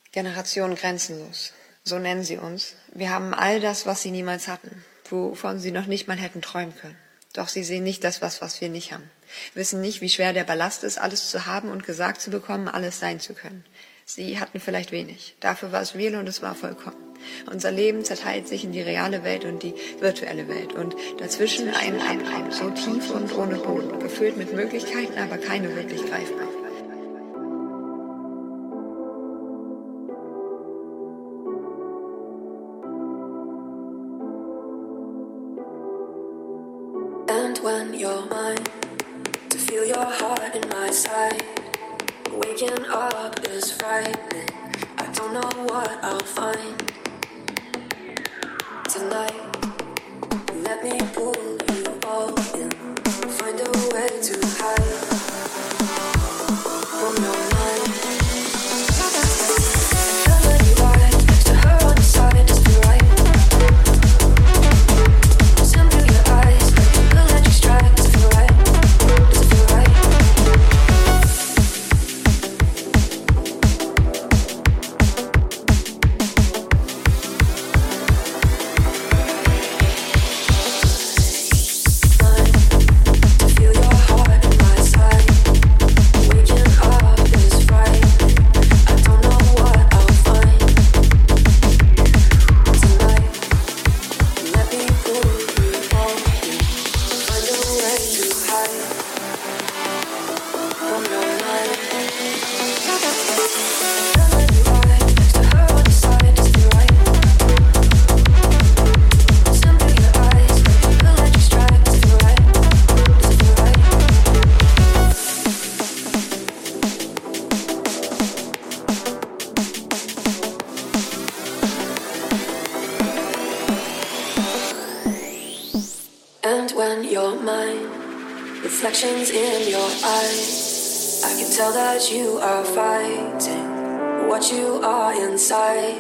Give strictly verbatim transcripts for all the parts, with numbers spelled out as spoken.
Generation grenzenlos, so nennen sie uns. Wir haben all das, was sie niemals hatten, wovon sie noch nicht mal hätten träumen können. Doch sie sehen nicht das, was, was wir nicht haben. Wissen nicht, wie schwer der Ballast ist, alles zu haben und gesagt zu bekommen, alles sein zu können. Sie hatten vielleicht wenig. Dafür war es real und es war vollkommen. Unser Leben zerteilt sich in die reale Welt und die virtuelle Welt. Und dazwischen ein, ein Raum, so tief und ohne Boden, gefüllt mit Möglichkeiten, aber keine wirklich greifbar. And when you're mine, to feel your heart in my side, waking up is frightening. I don't know what I'll find tonight. Let me pull you all in, find a way to hide from your mind. And when you lie next to her on the side, does it feel right? Listen through your eyes, like the electric strike. Does it feel right? Does it feel right? And when you're mine, reflections in your eyes, I can tell that you are fighting what you are inside.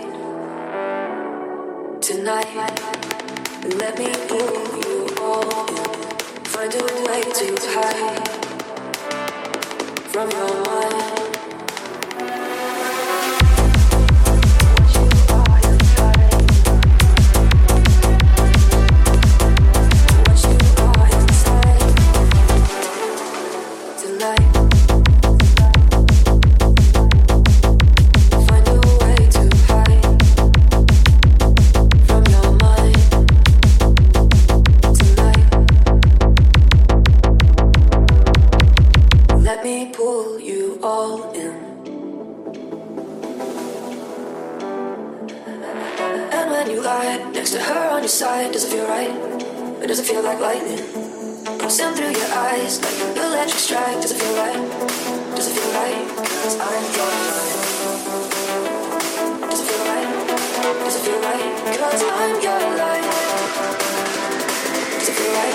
Tonight, let me pull you all in, find a way to hide from your mind. Pull you all in. And when you lie next to her on your side, does it feel right? Or does it feel like lightning? Pulsing through your eyes like an electric strike. Does it feel right? Does it feel right? Cause I'm your light. Does it feel right? Does it feel right? Cause I'm your light. Does it feel right?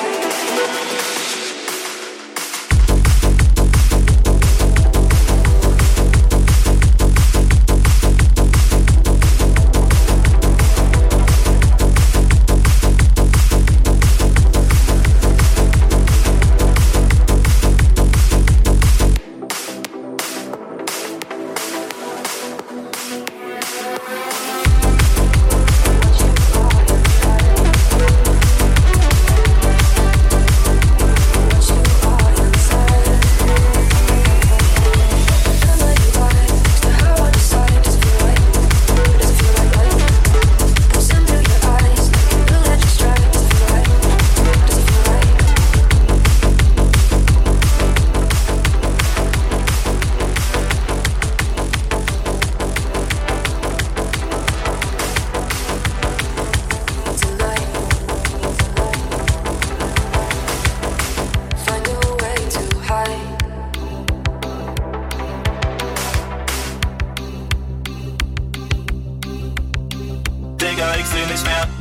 Digga, ich seh nicht mehr.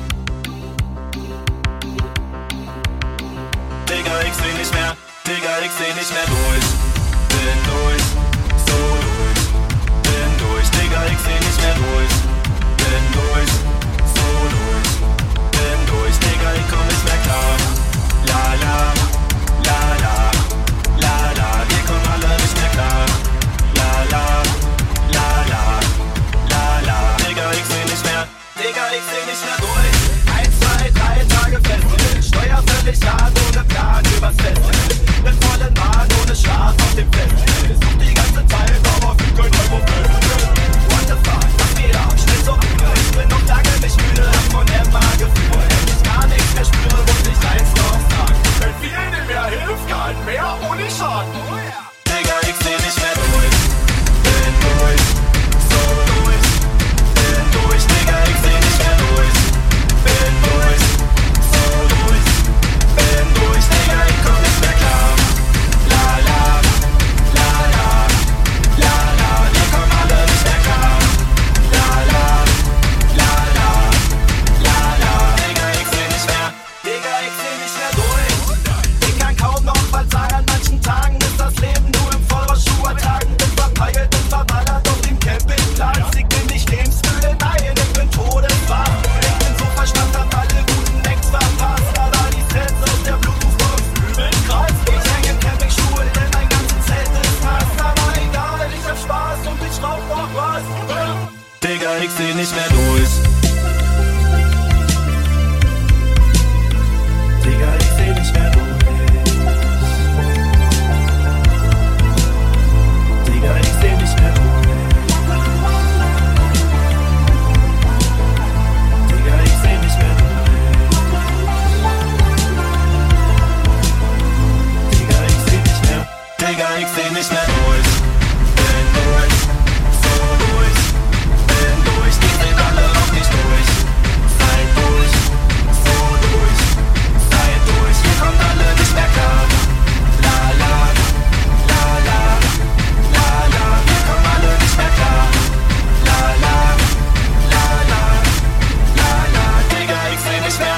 Digga, ich seh nicht mehr. Digga, ich seh nicht mehr durch. Bin durch, so durch. Bin durch, Digga, ich seh nicht mehr durch. Bin durch, so durch. Bin durch, Digga, ich komm nicht mehr klar. La la, la la, la la, wir kommen alle nicht mehr klar. La la, la la, Digga, ich seh nicht mehr durch. Digga, ich seh nicht mehr durch. Digga, ich seh nicht mehr durch. Digga, ich seh nicht mehr durch. Digga, ich seh nicht mehr. Digga, ich seh nicht mehr durch. Bin durch, so durch. Bin durch, die sind alle noch nicht durch. Seid durch, so durch. Seid durch, wir kommen alle nicht mehr klar. La la, la la, la la, wir kommen alle nicht mehr klar. La la, la la, la la, Digga, ich seh nicht mehr.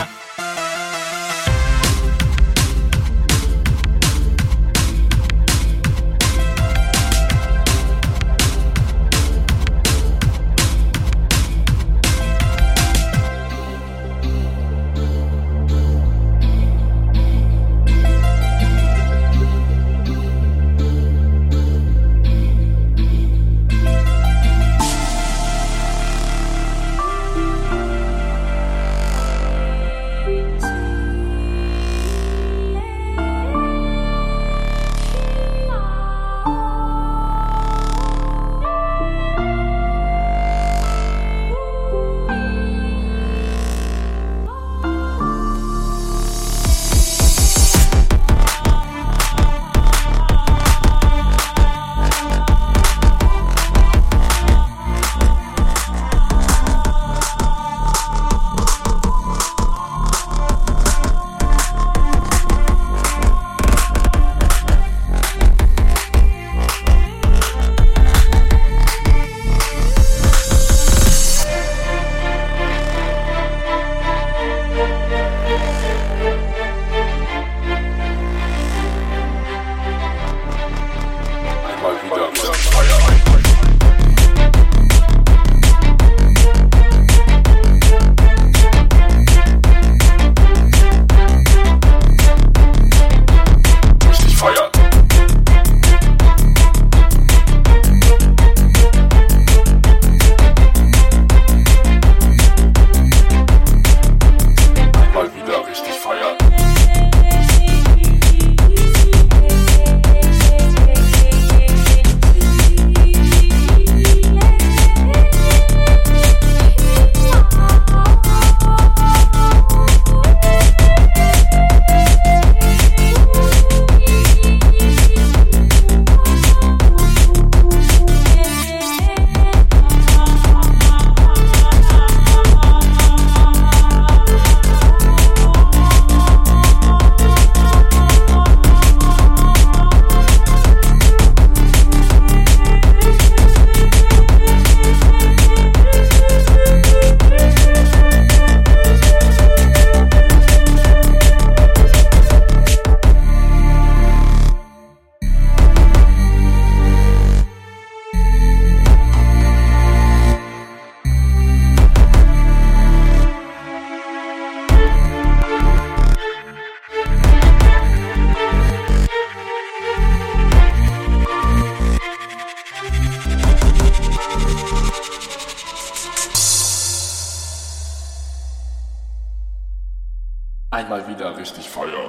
Einmal wieder richtig Feuer.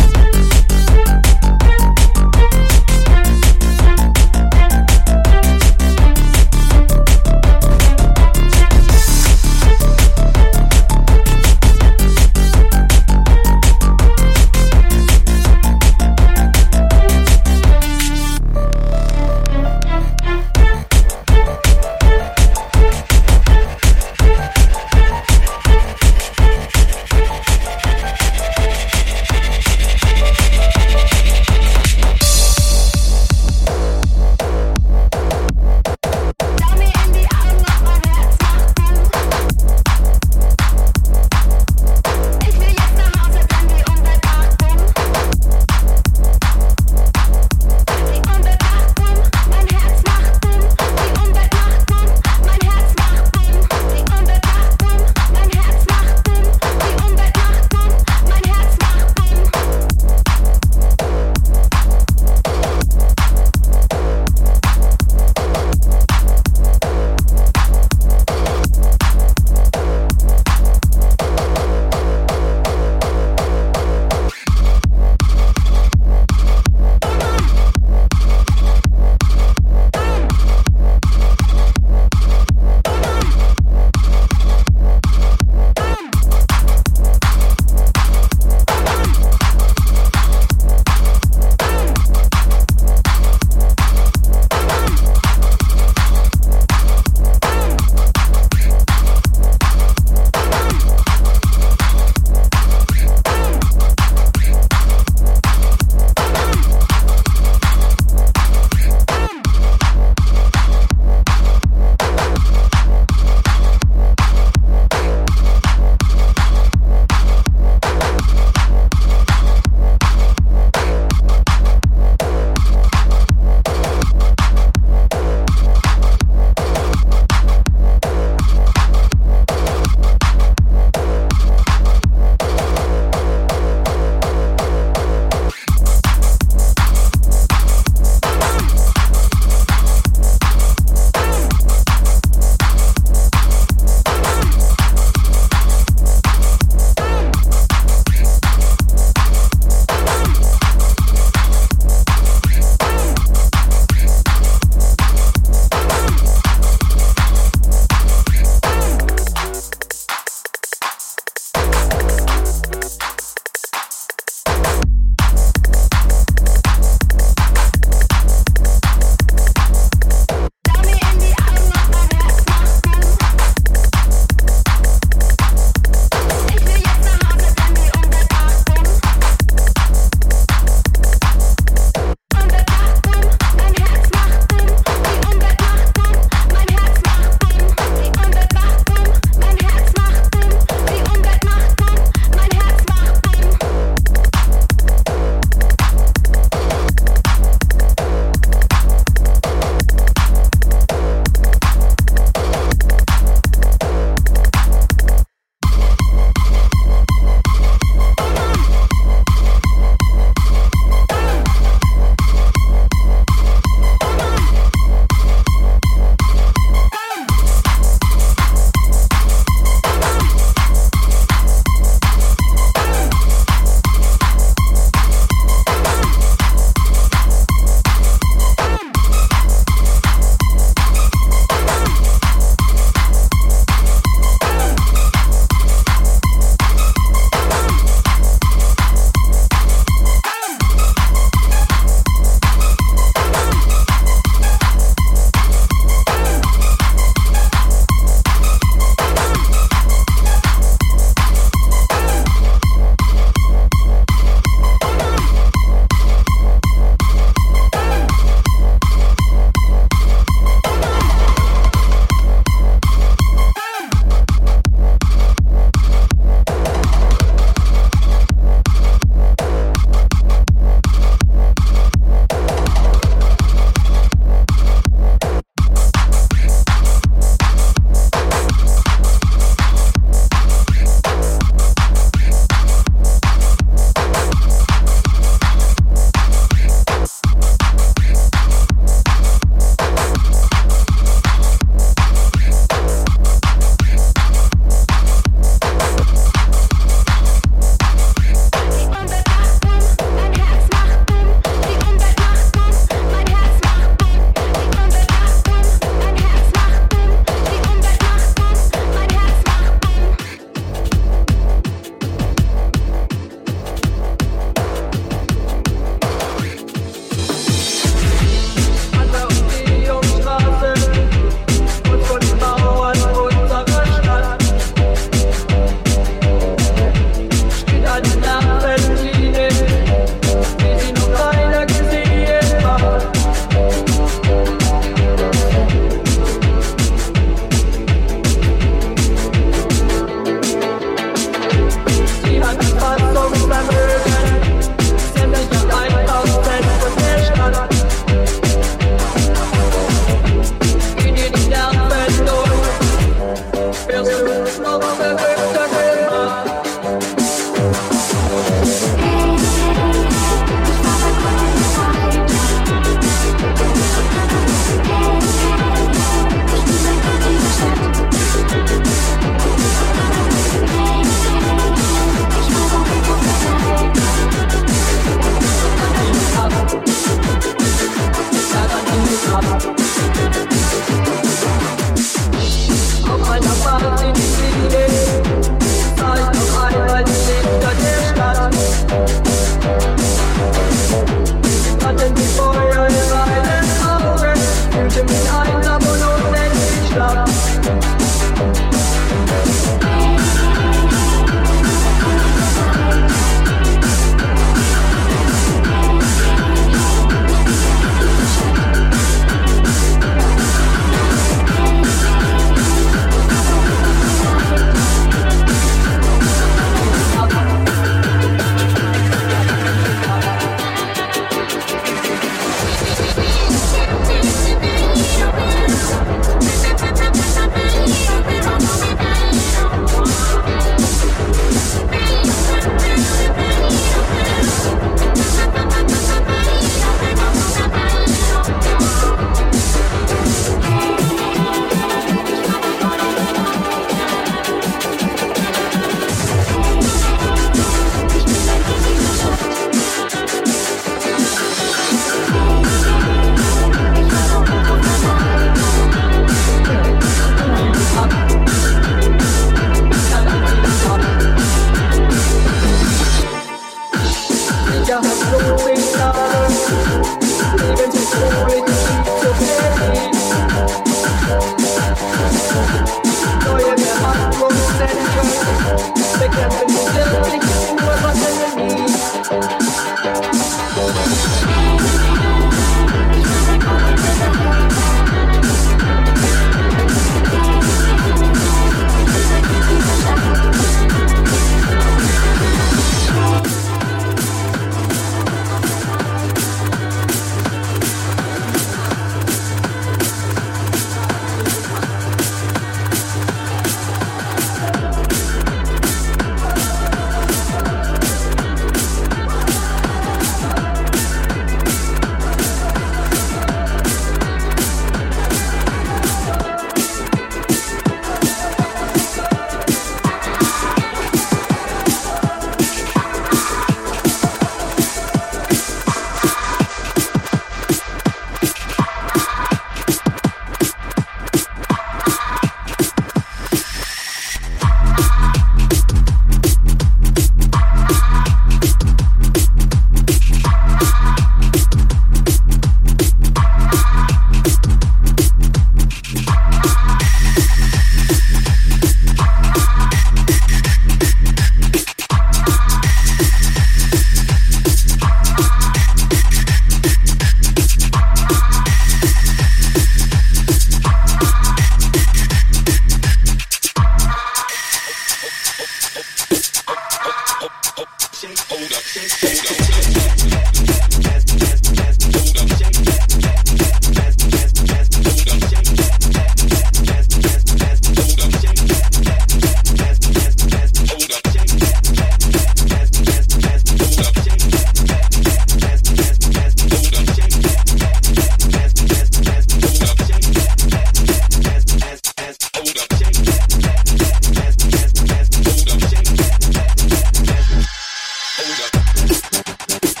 Hold up.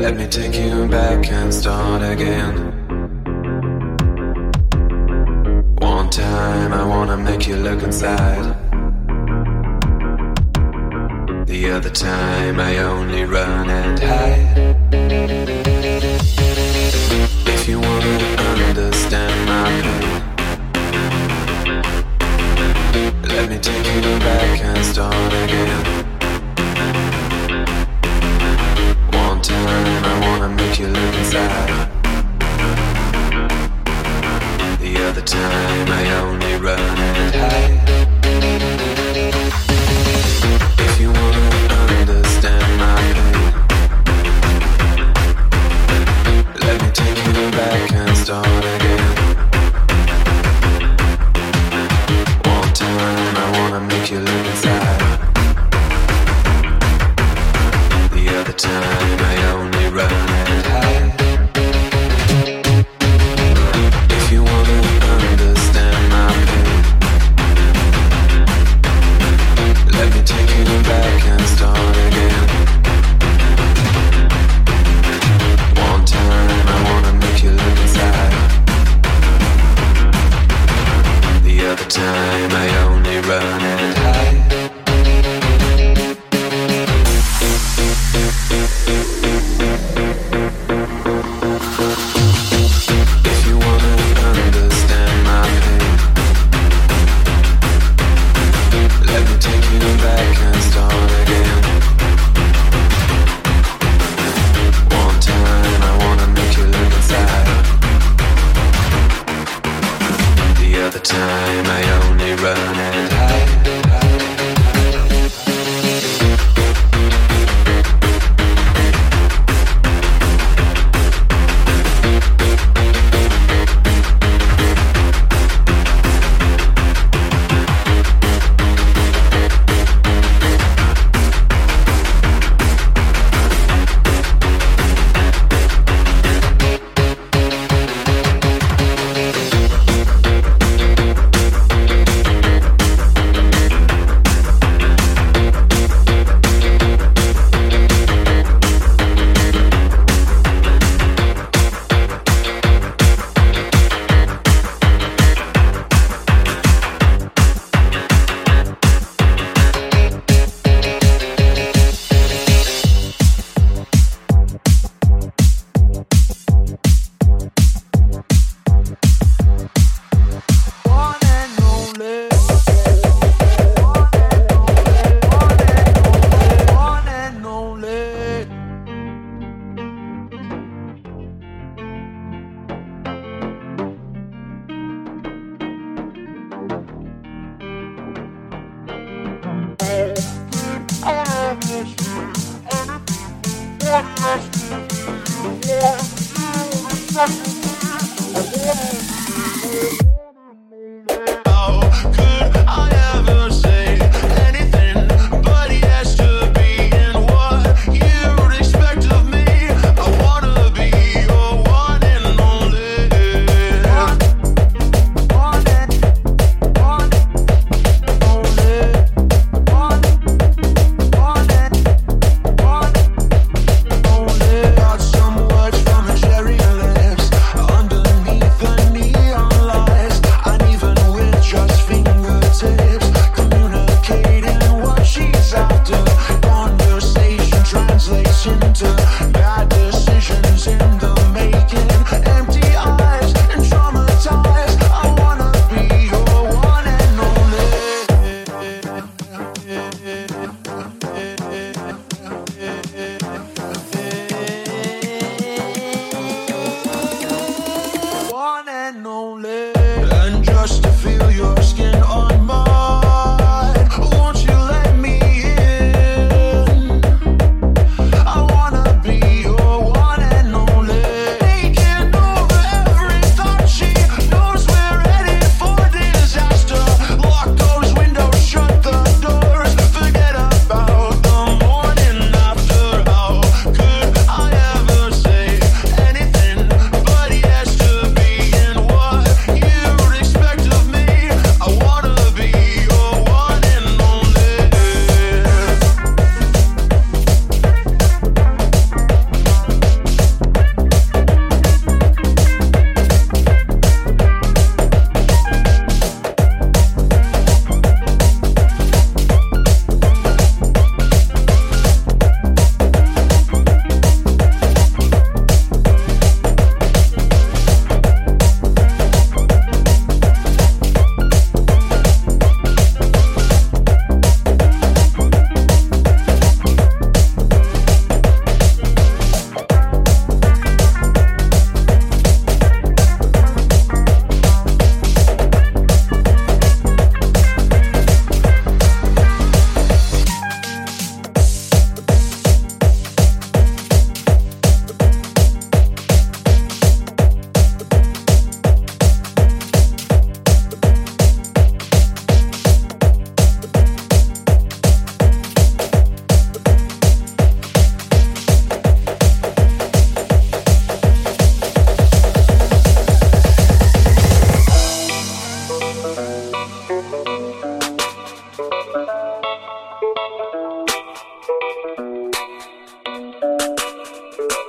Let me take you back and start again. One time I wanna make you look inside. The other time I only run and hide. If you wanna understand my pain, let me take you back and start again. One time I wanna make you look inside. The other time I only run and hide. If you wanna understand my pain, let me take you back and start again. One time I wanna make you look inside. The other time I only run and hide. If you wanna understand my pain, let me take you back and start again. One time I wanna make you look inside. The other time I only run and hide. If you wanna understand my pain, let me take you back and start again. One time I wanna make you look inside. The other time I only run and hide. Got some words from a cherry lips.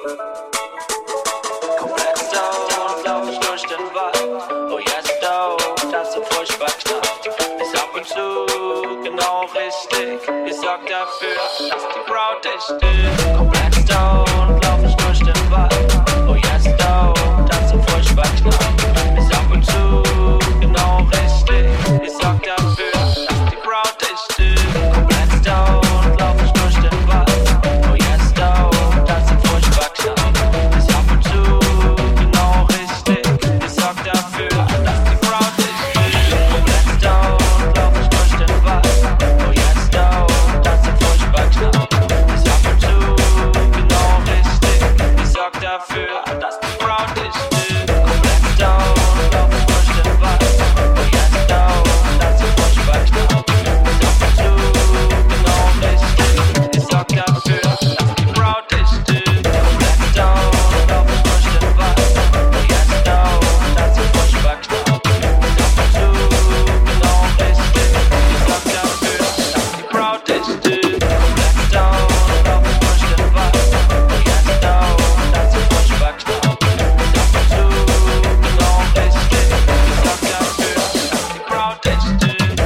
Komplett down, lauf ich durch den Wald. Oh yes, down, das so furchtbar knallt. Ist ab und zu genau richtig. Ich sorg dafür, dass die Crowd dich stimmt. Komplett down, lauf ich durch den Wald. Oh yes, down, das so furchtbar knallt. Ist ab und zu genau richtig. Ich sorg dafür, dass die Crowd dich stimmt. Komplett down, lauf ich durch den Wald. Oh yes, down, das so furchtbar knallt. Ist ab und zu genau richtig. Ich sorg dafür, dass die Crowd dich stimmt. Komplett down, lauf ich durch den Wald. Oh yes, down, das so furchtbar knallt. Ist ab und zu genau richtig. Ich sorg dafür, dass die Crowd dich stimmt. Komplett down, lauf ich durch den Wald. Oh yes, down, das so furchtbar knallt. Ist ab und zu genau richtig. Ich sorg dafür, dass die Crowd dich stimmt. Komplett down, lauf ich durch den Wald. Oh yes, down, das so furchtbar knallt. Ist ab und zu genau richtig. Ich sorg dafür, dass die Crowd dich stimmt. Komplett down, lauf ich durch den Wald. Oh yes, down, das so furchtbar knallt. Ist ab und zu genau richtig. Ich sorg dafür, dass die Crowd dich stimmt.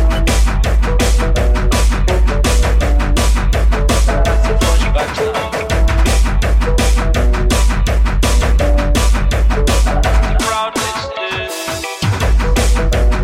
Das so furchtbar knallt. Die Crowd dich stimmt.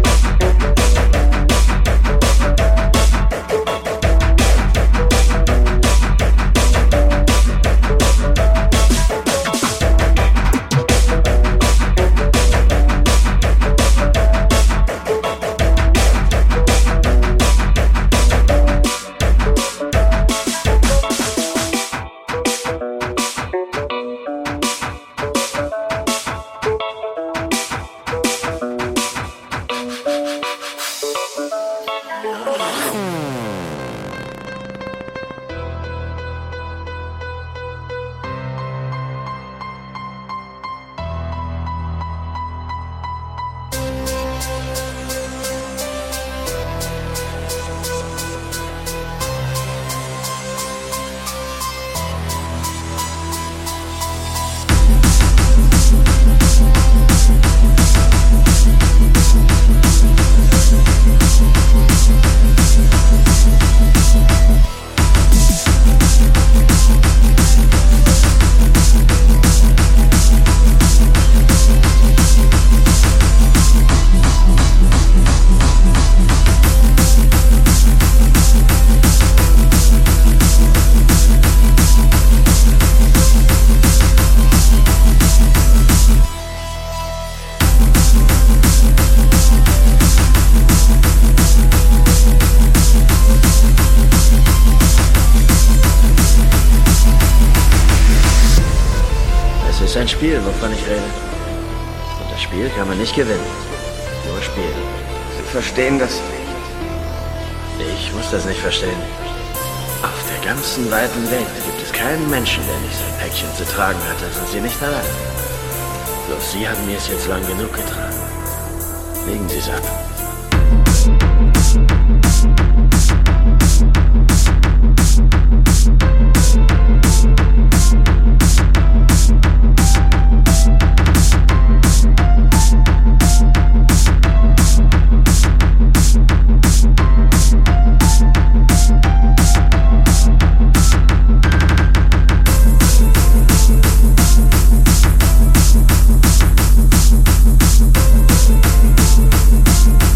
Es ist ein Spiel, wovon ich rede. Und das Spiel kann man nicht gewinnen. Nur spielen. Sie verstehen das nicht. Ich muss das nicht verstehen. Auf der ganzen weiten Welt gibt es keinen Menschen, der nicht sein Päckchen zu tragen hat, da sind sie nicht allein. Bloß Sie haben mir es jetzt lang genug getragen. Legen Sie es ab. We'll be right back.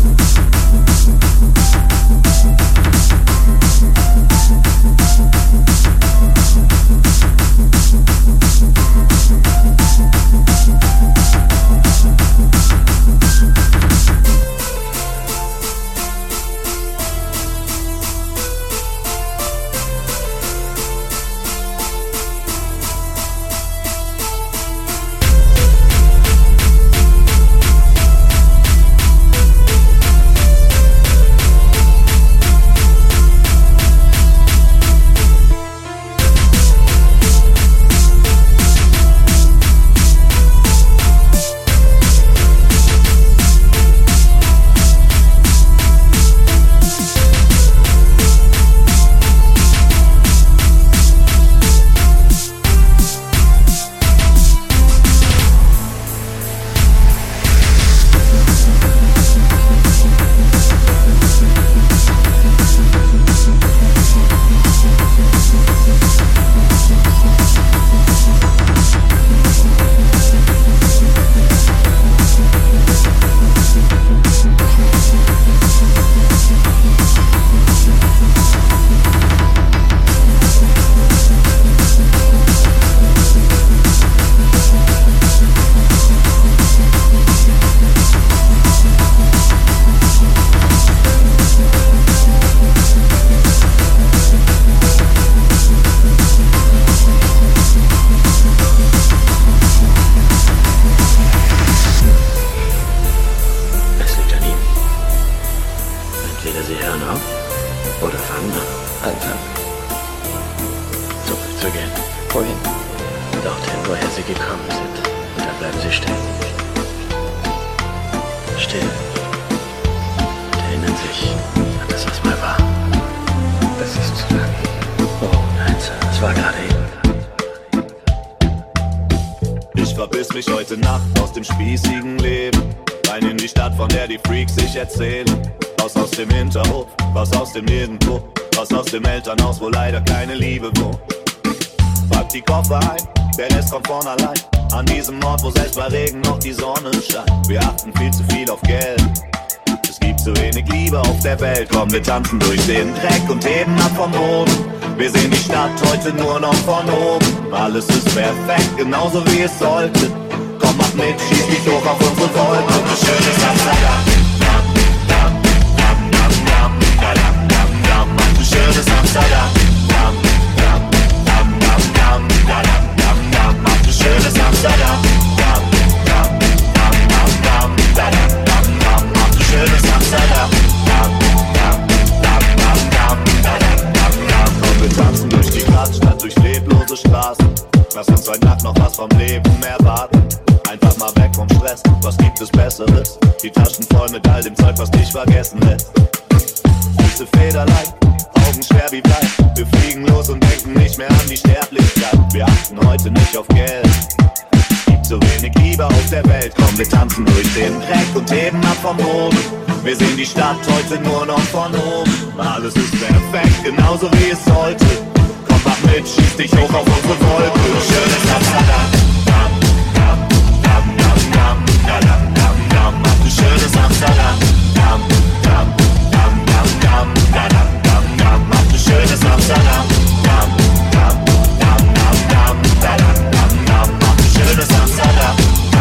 zu gehen. Wohin? Dorthin, woher sie gekommen sind. Und da bleiben sie stehen. Still. Und erinnern sich an das, was mal war. Das ist zu lang. Oh, nein, Sir, es war gerade eben. Ich verbiss mich heute Nacht aus dem spießigen Leben. Rein in die Stadt, von der die Freaks sich erzählen. Raus aus dem Hinterhof, raus aus dem Nirgendwo. Raus aus dem Elternhaus, wo leider keine Liebe wohnt. Pack die Koffer ein, der Rest kommt von allein. An diesem Ort, wo selbst bei Regen noch die Sonne scheint. Wir achten viel zu viel auf Geld. Es gibt zu wenig Liebe auf der Welt. Komm, wir tanzen durch den Dreck und heben ab vom Boden. Wir sehen die Stadt heute nur noch von oben. Alles ist perfekt, genauso wie es sollte. Komm, mach mit, schieß dich hoch auf unsere Wolke. Ein schönes Amsterdam. Ein schönes Amsterdam. Ein schönes Amsterdam. Ein schönes Amsterdam. Komm, wir tanzen durch die Großstadt, durch leblose Straßen. Lass uns heute Nacht noch was vom Leben erwarten. Einfach mal weg vom Stress, was gibt es Besseres? Die Taschen voll mit all dem Zeug, was dich vergessen lässt. Füße federleicht, Augen schwer wie Blei. Wir fliegen los und denken nicht mehr an die Sterblichkeit. Wir achten heute nicht auf Geld. Gibt so wenig Liebe auf der Welt. Komm, wir tanzen durch den Dreck und heben ab vom Boden. Wir sehen die Stadt heute nur noch von oben. Alles ist perfekt, genauso wie es sollte. Komm, mach mit, schieß dich hoch auf unsere Wolke. Schönes Amsterdam. Ein schönes Amsterdam. Ein schönes Amsterdam. Ein schönes Amsterdam.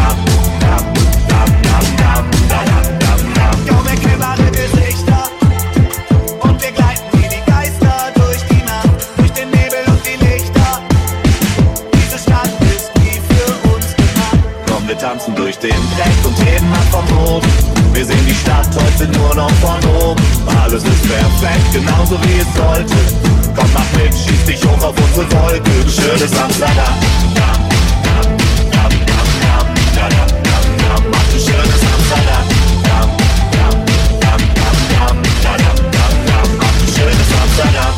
Jo, wir kümmere Gesichter und wir gleiten wie die Geister durch die Nacht, durch den Nebel und die Lichter. Diese Stadt ist wie für uns gemacht. Komm, wir tanzen durch den Dreck und heben ab vom Boden. Wir sehen die Stadt heute nur noch von oben. Alles ist perfekt, genauso wie es sollte. Komm, mach mit, schieß dich hoch auf unsere Wolke. Schönes Amsterdam. Mach ein schönes Amsterdam. Mach ein schönes Amsterdam.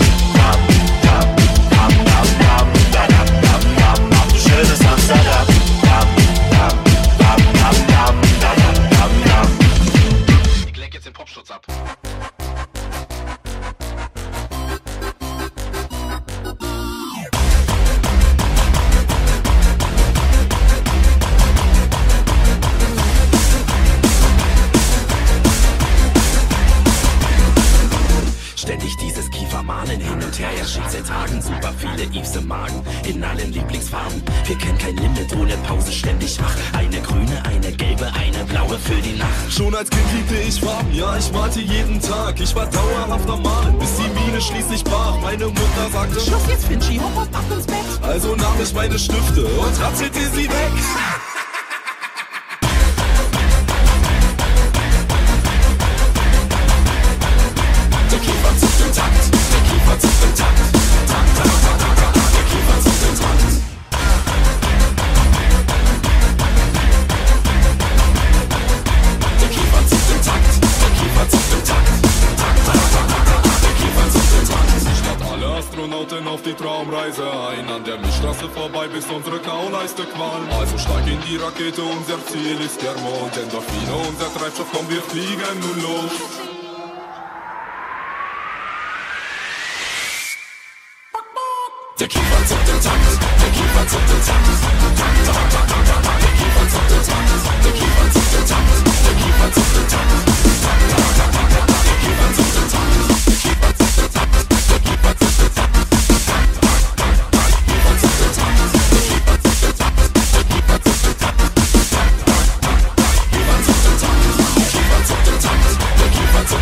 Mach ein schönes Amsterdam. Ich leg jetzt den Popschutz ab. Ständig dieses Kiefermahnen hin und her, er schiebt seit Tagen super viele Eves im Magen, in allen Lieblingsfarben. Wir kennen kein Limit, ohne Pause ständig wach. Eine grüne, eine gelbe, eine blaue für die Nacht. Schon als Kind liebte ich Farben, ja, ich malte jeden Tag. Ich war dauerhaft am Malen, bis die Mine schließlich brach. Meine Mutter sagte, Schluss jetzt, Finchi, hopp auf, ab ins Bett. Also nahm ich meine Stifte und ratzelte sie weg. Der Kiefer zuckt im Takt, der Kiefer zuckt im Takt. Takt, takt, takt, takt, takt, der Kiefer zuckt im Takt. Der Kiefer zuckt im Takt, der Kiefer zuckt im Takt. Takt, takt, takt, takt, takt, der Kiefer zuckt im Takt. Statt alle Astronauten auf die Traumreise ein, an der Milchstraße vorbei bis unsere Kauleiste qualmt. Also steig in die Rakete, unser Ziel ist der Mond. Endorphine, unser Treibstoff, komm, wir fliegen nun los. Der Kiefer zuckt im Takt, der Kiefer zuckt im Takt. Takt, takt, takt, takt, takt, der Kiefer zuckt im Takt. Der Kiefer zuckt im Takt, der Kiefer zuckt im Takt. Takt, takt, takt, takt, takt, der Kiefer zuckt im Takt. Der Kiefer zuckt im Takt, der Kiefer zuckt im Takt. Takt, takt, takt, takt, der Kiefer zuckt im Takt. Der Kiefer zuckt im Takt, der Kiefer zuckt im Takt. Takt, takt, takt, takt, der Kiefer zuckt im Takt. Der Kiefer zuckt im Takt, der Kiefer zuckt im Takt.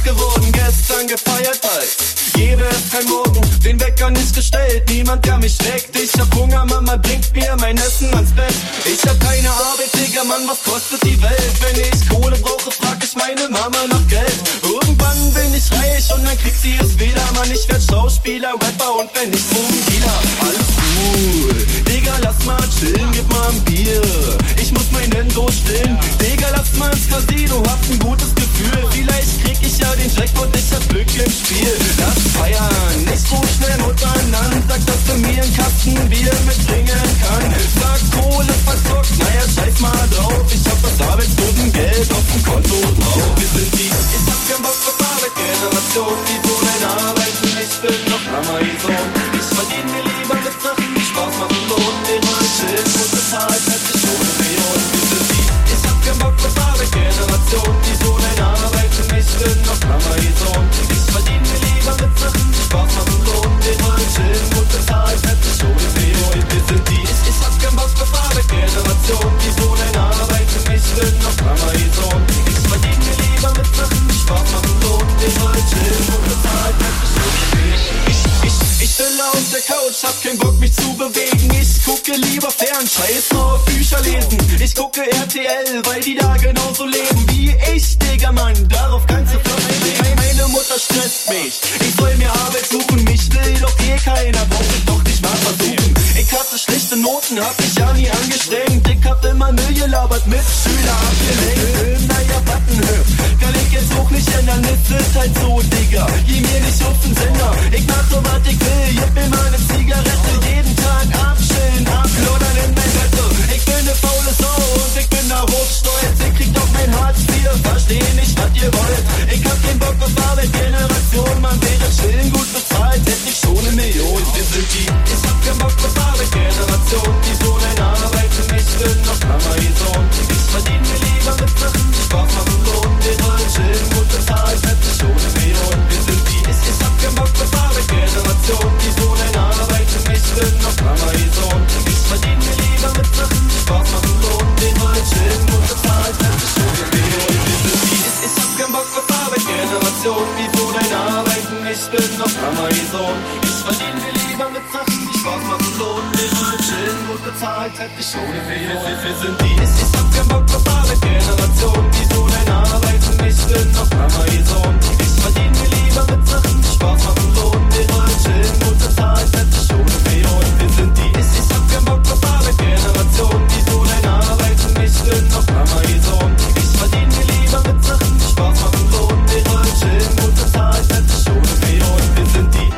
geworden, gestern gefeiert, bald gäbe es kein Morgen, den Wecker nicht gestellt, niemand der mich weckt. Ich hab Hunger, Mama bringt mir mein Essen ans Bett. Ich hab keine Arbeit, Digga, Mann, was kostet die Welt? Wenn ich Kohle brauche, frag ich meine Mama nach Geld. Irgendwann bin ich reich und dann kriegt sie es wieder, Mann, ich werd Schauspieler, Rapper und wenn nicht Drogendealer. Alles cool, Digga, lass mal chillen, gib mal ein Bier. Ich muss mein Endo stillen, Digga, lass mal ins Casino, hab ein gutes Gefühl. Vielleicht krieg ich ja den Jackpot, ich hab Glück im Spiel. Lass feiern, nicht so schnell Mutter an, sag, dass du mir einen Kasten Bier mitbringen kann. Sag, Kohle verzockt, naja, scheiß mal drauf. Ich hab das Arbeitslosengeld auf dem Konto drauf. Wir sind die, ich hab keinen Bock auf Arbeitgeneration, die so nicht arbeiten, ich bin noch Amazon. Ich verdien mir lieber mit Sachen, die Spaß machen, Lohn, den mal chillen und bezahlt, hätte ich ohne Million. Wir sind die, ich hab keinen Bock auf Arbeitgeneration, die so nicht arbeiten, ich bin noch Amazon. Ich verdien mir lieber mit Sachen, die Spaß machen, Lohn, den mal chillen und bezahlt, hätte ich ohne Million. Wir sind die, ich, ich hab keinen Bock auf Arbeitgeneration, die so nicht arbeiten, ich bin noch Amazon. Ich verdien mir lieber mit Sachen, die Spaß machen, Lohn, den mal chillen und bezahlt, hätte ich ohne Million. Ich, ich, ich chill auf der Couch, hab keinen Bock mich zu bewegen. Ich gucke lieber fern, scheiß nur auf Bücher lesen. Ich gucke R T L, weil die da genauso leben wie ich, Digga, Mann, darauf kannst du verstehen. Meine Mutter stresst mich, ich soll mir Arbeit suchen. Mich will doch eh keiner, brauch ich doch nicht mal versuchen. Ich hatte schlechte Noten, hab mich ja nie angestrengt. Ich hab immer Müll gelabert, mit Schüler abgelenkt. Naja, Button, kann ich jetzt auch nicht ändern, es ist halt so, Digga. Geh mir nicht auf den Sender, ich mach so was ich will. Gib mir mal eine Zigarette, jeden Tag abchillen, abloddern in mein Bett. Ich bin ne faule Sau und ich bin da hochstolz. Ich krieg doch mein Hartz vier, versteh nicht, was ihr wollt. Ich hab keinen Bock auf Arbeitgeneration, man wäre chillen, gut bezahlt, hätt ich schon eine Million. Wir sind die, ich hab keinen Bock auf Arbeitgeneration, die so nicht arbeiten, ich bin noch Amazon. Ich verdien mir lieber mit Sachen, die Spaß machen, Lohn, den mal chillen, gut bezahlt, hätt ich schon eine Million. Wir sind die, ich, ich hab keinen Bock auf Arbeitgeneration, die so nicht arbeiten, ich bin noch Amazon. Ich verdien mir lieber mit Sachen, die Spaß machen, Lohn, den mal chillen, gut bezahlt, hätt ich schon eine Million. Wir sind die, ich, ich hab keinen Bock auf Arbeitgeneration, die so nicht arbeiten, ich bin noch Amazon. Ich verdien mir lieber mit Sachen, die Spaß machen, Lohn, den mal chillen, gut bezahlt, hätt ich schon eine Million. Wir sind die, ich, ich hab keinen Bock auf Arbeitgeneration, die so nicht arbeiten, ich bin noch Amazon. Ich verdien mir lieber mit Sachen, die Spaß machen, Lohn, den mal chillen, gut bezahlt, hätt ich schon eine Million. Wir sind die, ich, ich hab keinen Bock auf Arbeitgeneration, die so nicht arbeiten, ich bin noch Amazon. Ich verdien mir lieber mit Sachen, die Spaß machen, Lohn, den mal chillen, gut bezahlt, hätt ich schon eine Million. Wir sind die.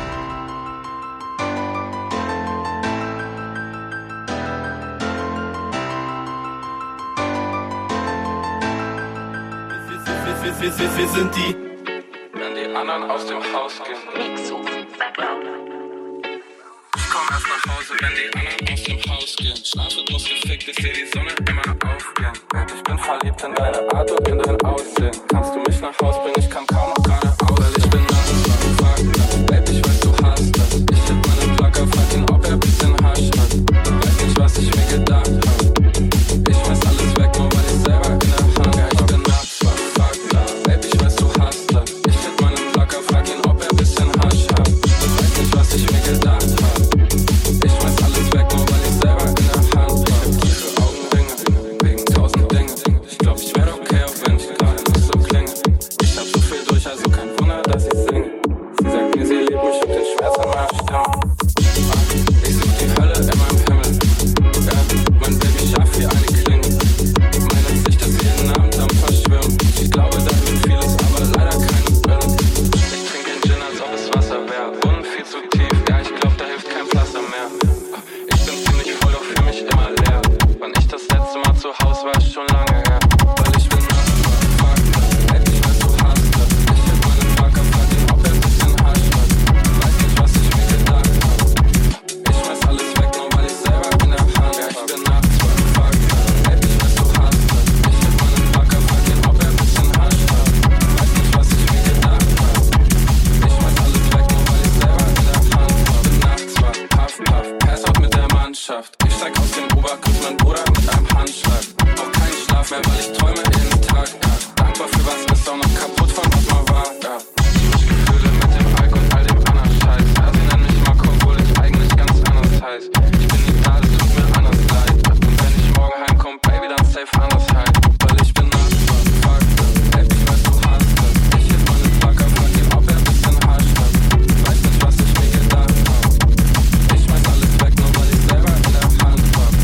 Wir, wir, wir sind die. Wenn die anderen aus dem Haus gehen. Ich komm erst nach Hause, wenn die anderen aus dem Haus gehen. Schlafrhythmus gefickt, ich seh die Sonne immer aufgehen. Ich bin verliebt in deine Art und in dein Aussehen. Kannst du mich nach Haus bringen? Ich kann kaum noch geradeaus. Weil ich bin langsam, frag Babe, ich weiß, du hast das. Ich hätt meinen Placker, frag ihn, ob er ein bisschen Hasch hat. Weiß nicht, was ich mir gedacht hab. Ich schmeiß alles weg, nur weil ich selber in der Hand. Ja, ich bin nachts, fuck da. Babe, ich weiß, du hast das. Ich hätt meinen Placker, frag ihn, ob er ein bisschen Hasch hat. Weiß nicht, was ich mir gedacht hab. Ich schmeiß alles weg, nur weil ich selber in der Hand hab. Ich hab tiefe Augenringe, wegen tausend Dinge. Ich glaub, ich wär okay, auch wenn ich gerade nicht so klinge. Ich hab so viel durch, also kein Wunder, dass ich singe. Sie sagt mir, sie liebt mich und den Schmerz an meiner Stimme. Ich such die Hölle in meinem Himmel. Ja, mein Baby scharf wie eine Klinge. Meine Sicht, dass jeden Abend am Verschwimmen. Ich glaube, da wird vieles, aber leider keine Brille. Ich trink den Gin, als ob es Wasser wär. Unten viel zu tief, ja, ich glaub, da hilft kein Pflaster mehr. Ich bin ziemlich voll, doch fühl mich immer leer. Wann ich das letzte Mal zu Haus war, ist schon lange her. Weil ich bin nachts, fuck, Babe, ich weiß, du hast das. Ich hätt meinen Parker, frag ihn, ob er ein bisschen Hasch hat. Weiß nicht, was ich mir gedacht hab. Ich schmeiß alles weg, nur weil ich selber in der Hand. Ja, ich bin nachts, fuck, Babe, ich weiß, du hast das. Ich hätt meinen Parker, frag ihn, ob er ein bisschen Hasch hat. Weiß nicht, was ich mir gedacht hab. Ich schmeiß alles weg, nur weil ich selber in der Hand hab. Bin nachts, puff, puff, pass out mit der Mannschaft. Ich steig aus dem Uber, küss mein Bruder mit einem Handschlag. Auch keinen Schlaf mehr, weil ich träume jeden Tag. Ja. dankbar für was, bist auch noch kaputt von was mal war, ja. Ich Gefühle mit dem Alk und all dem anderen Scheiß. Ja, sie nennen mich Marco, obwohl ich eigentlich ganz anders heiß. Ich bin nicht da, das tut mir anders leid. Und wenn ich morgen heimkomm, Baby, dann safe anders halt. Weil ich bin Master, fuck das, ey, ich weiß, du hast das. Ich hit meine Bagger, frag ihn, ob er ein bisschen Hasch hat. Weiß nicht, was ich mir gedacht hab. Ich schmeiß alles weg, nur weil ich selber in der Hand hab.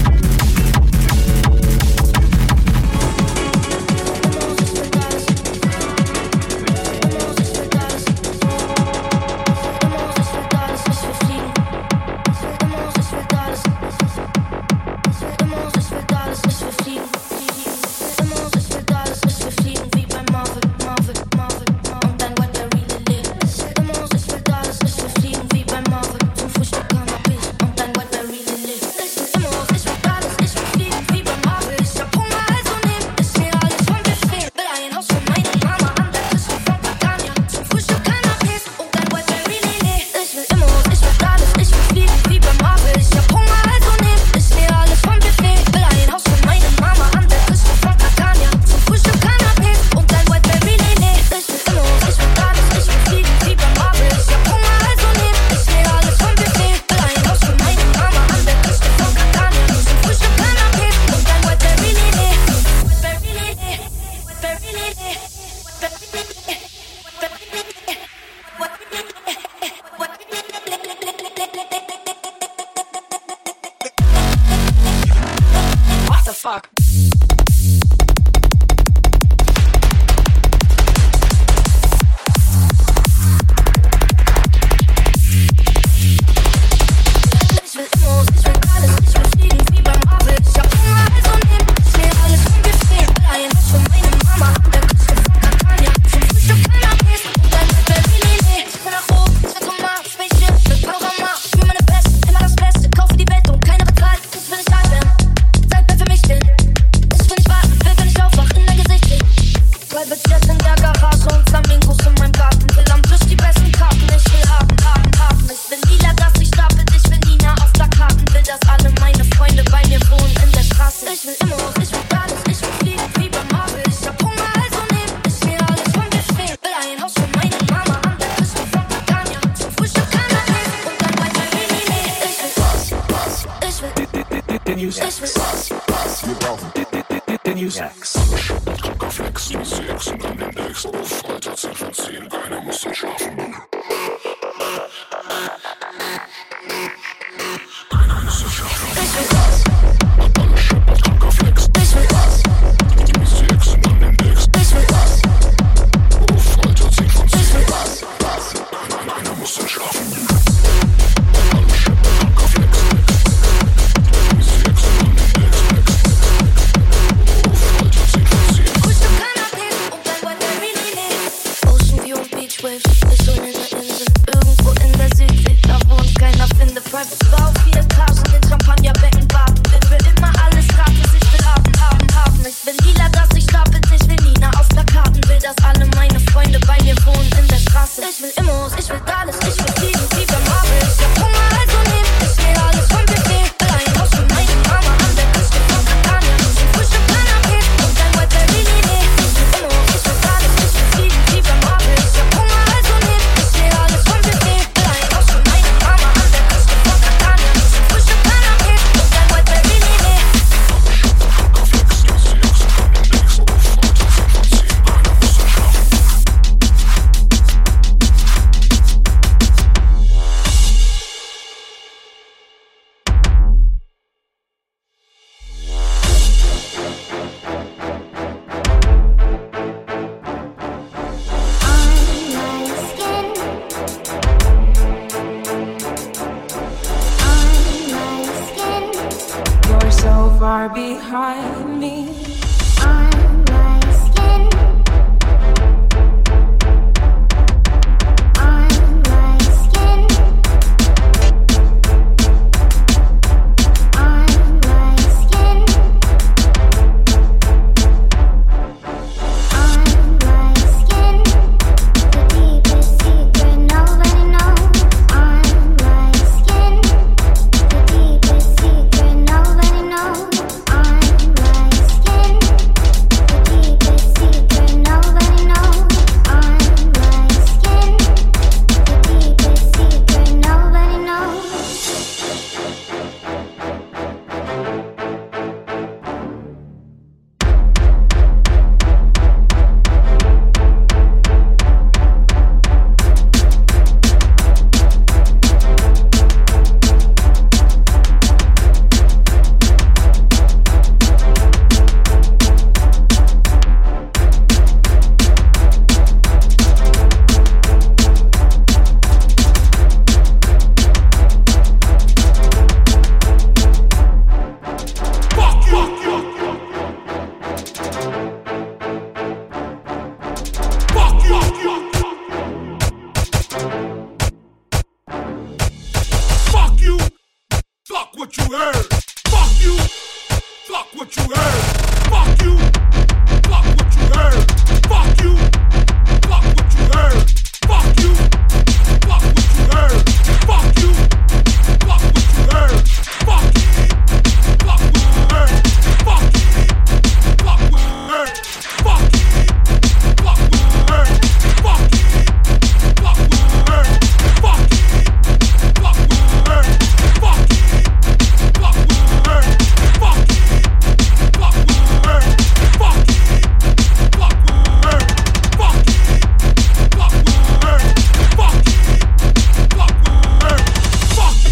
what you heard. Fuck you. Fuck what you heard. Fuck you. Fuck what you heard. Fuck you. Fuck what you heard. Fuck you. Fuck what you heard. Fuck you. Fuck what you heard. Fuck you. Fuck what you heard. Fuck you. Fuck what you heard. Fuck you. Fuck what you heard. Fuck you. Fuck what you heard. Fuck you. Fuck what you heard. Fuck you. Fuck what you heard. Fuck you. Fuck what you heard. Fuck you. Fuck what you heard. Fuck you. Fuck what you heard. Fuck you. Fuck what you heard. Fuck you.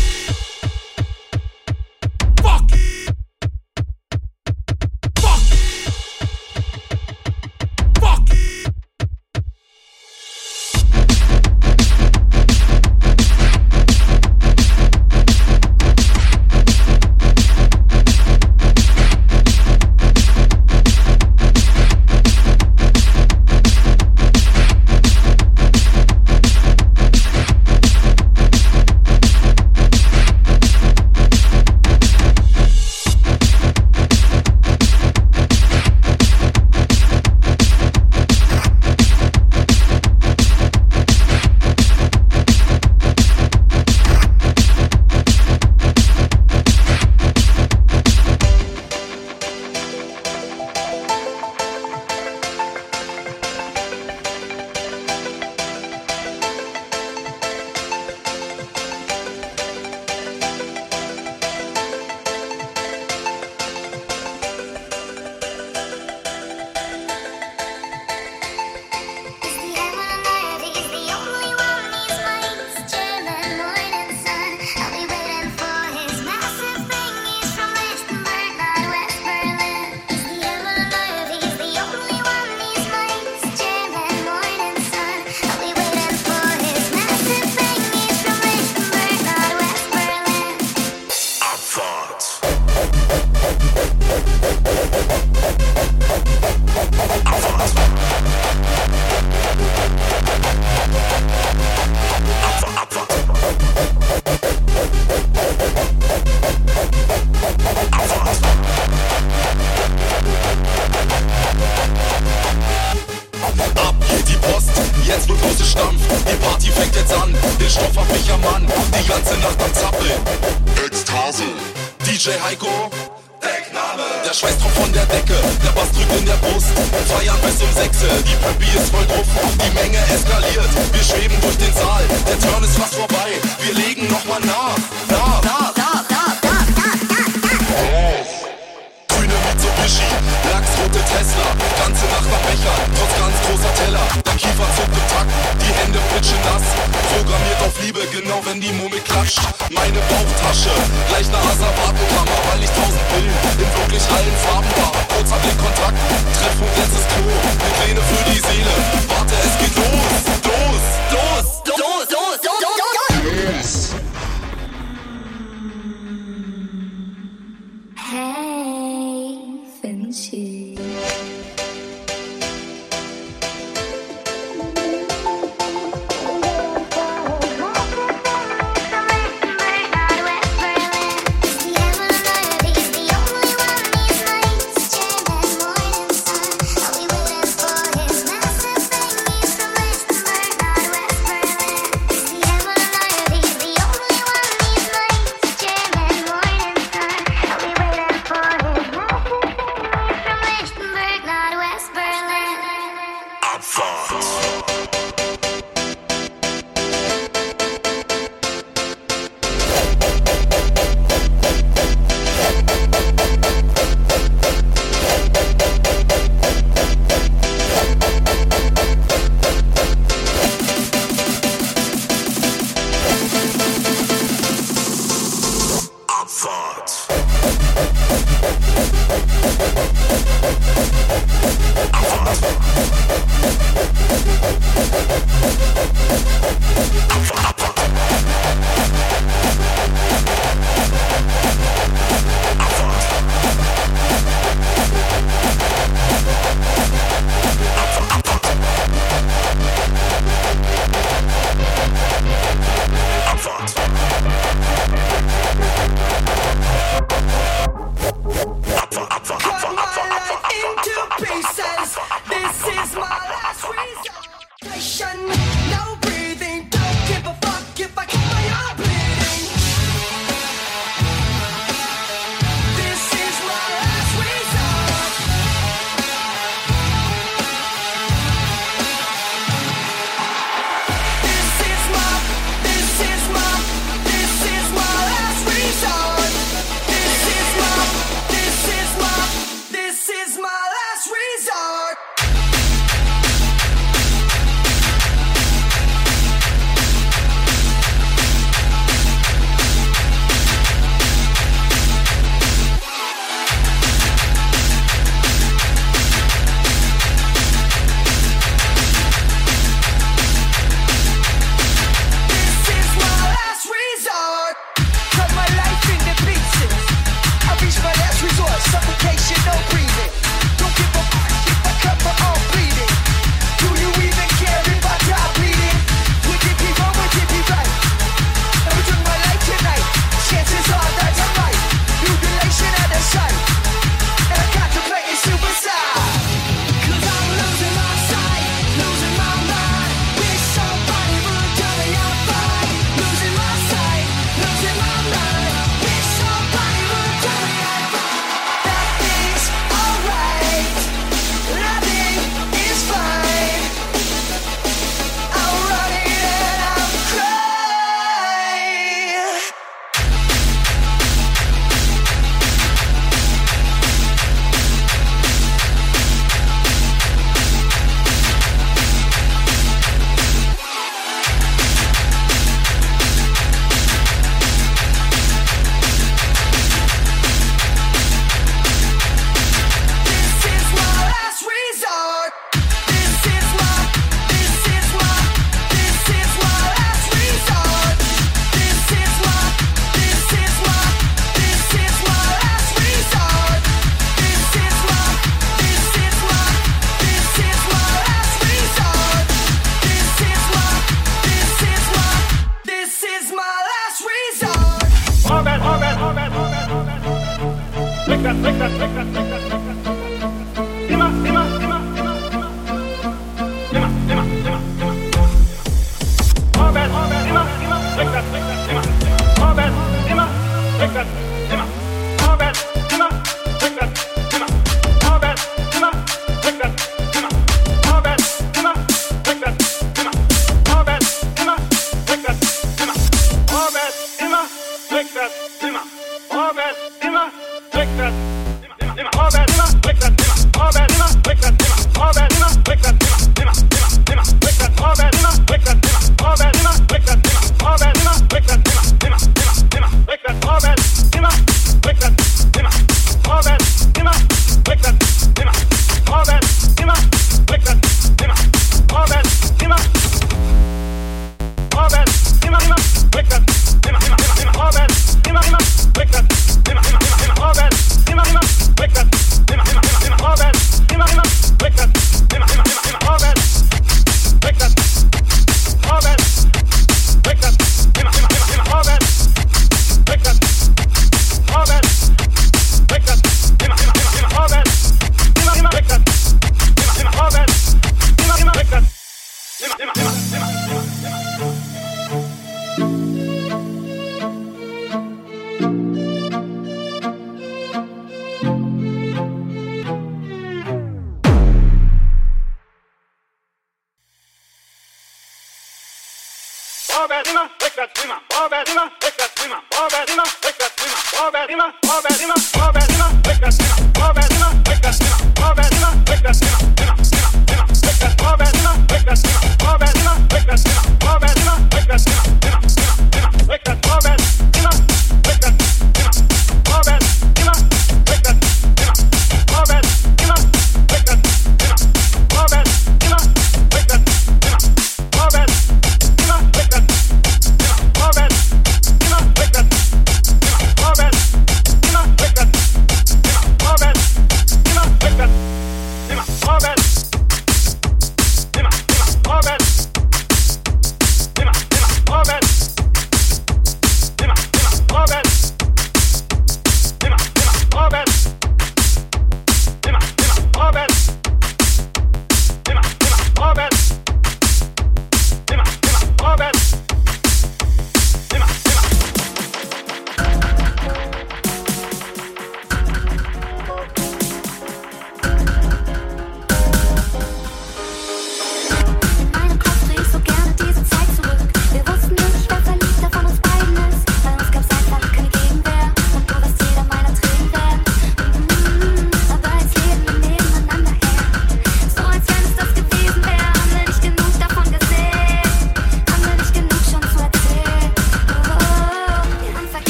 Fuck you. Fuck you. Fuck you.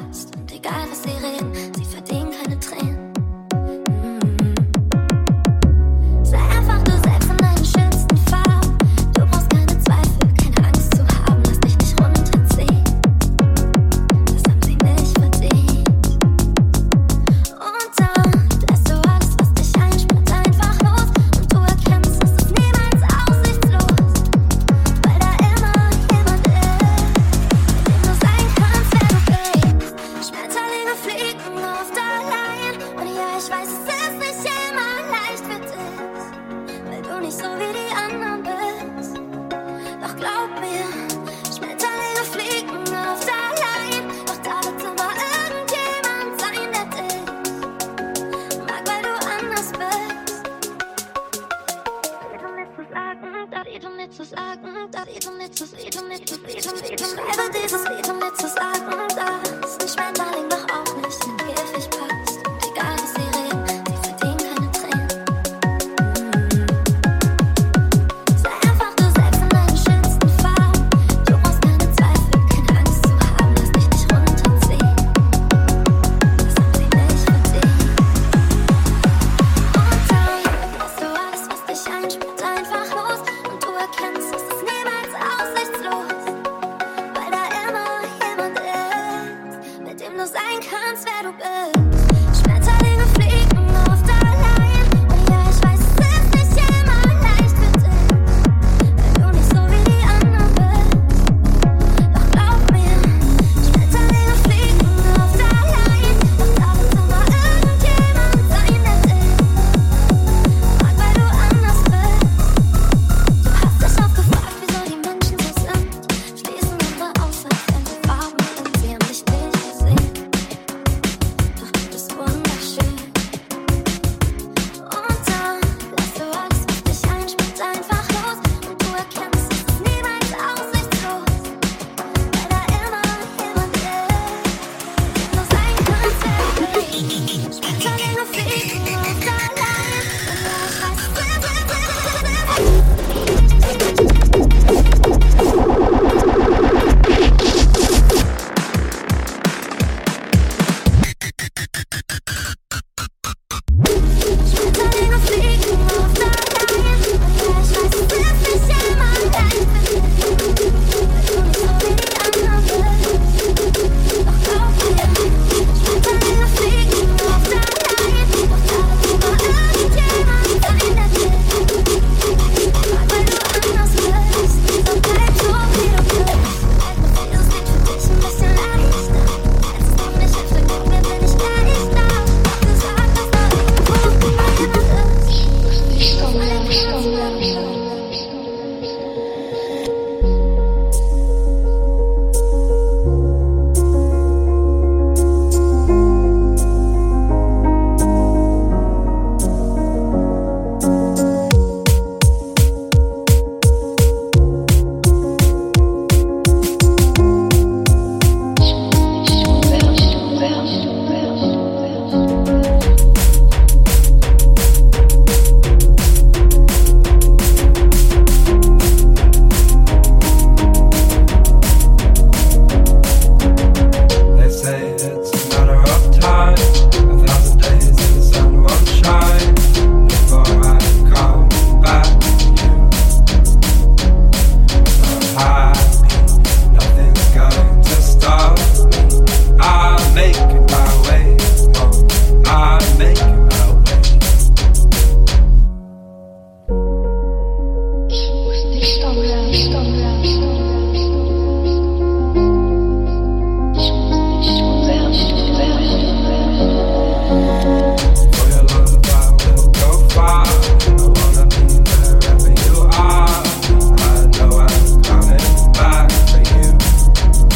passt. Und egal was sie reden, sie verdienen keine Tränen.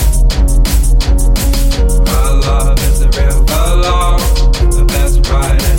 Right.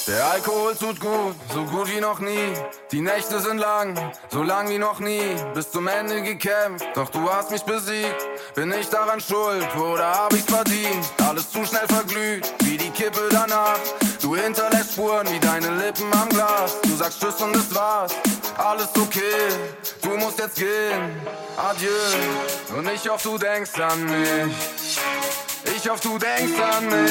Der Alkohol tut gut, so gut wie noch nie. Die Nächte sind lang, so lang wie noch nie. Bis zum Ende gekämpft, doch du hast mich besiegt. Bin ich daran schuld, oder hab ich's verdient? Alles zu schnell verglüht, wie die Kippe danach. Du hinterlässt Spuren wie deine Lippen am Glas. Du sagst Tschüss und es war's, alles okay. Du musst jetzt gehen, adieu. Und ich hoffe, du denkst an mich. Ich hoffe, du denkst an mich.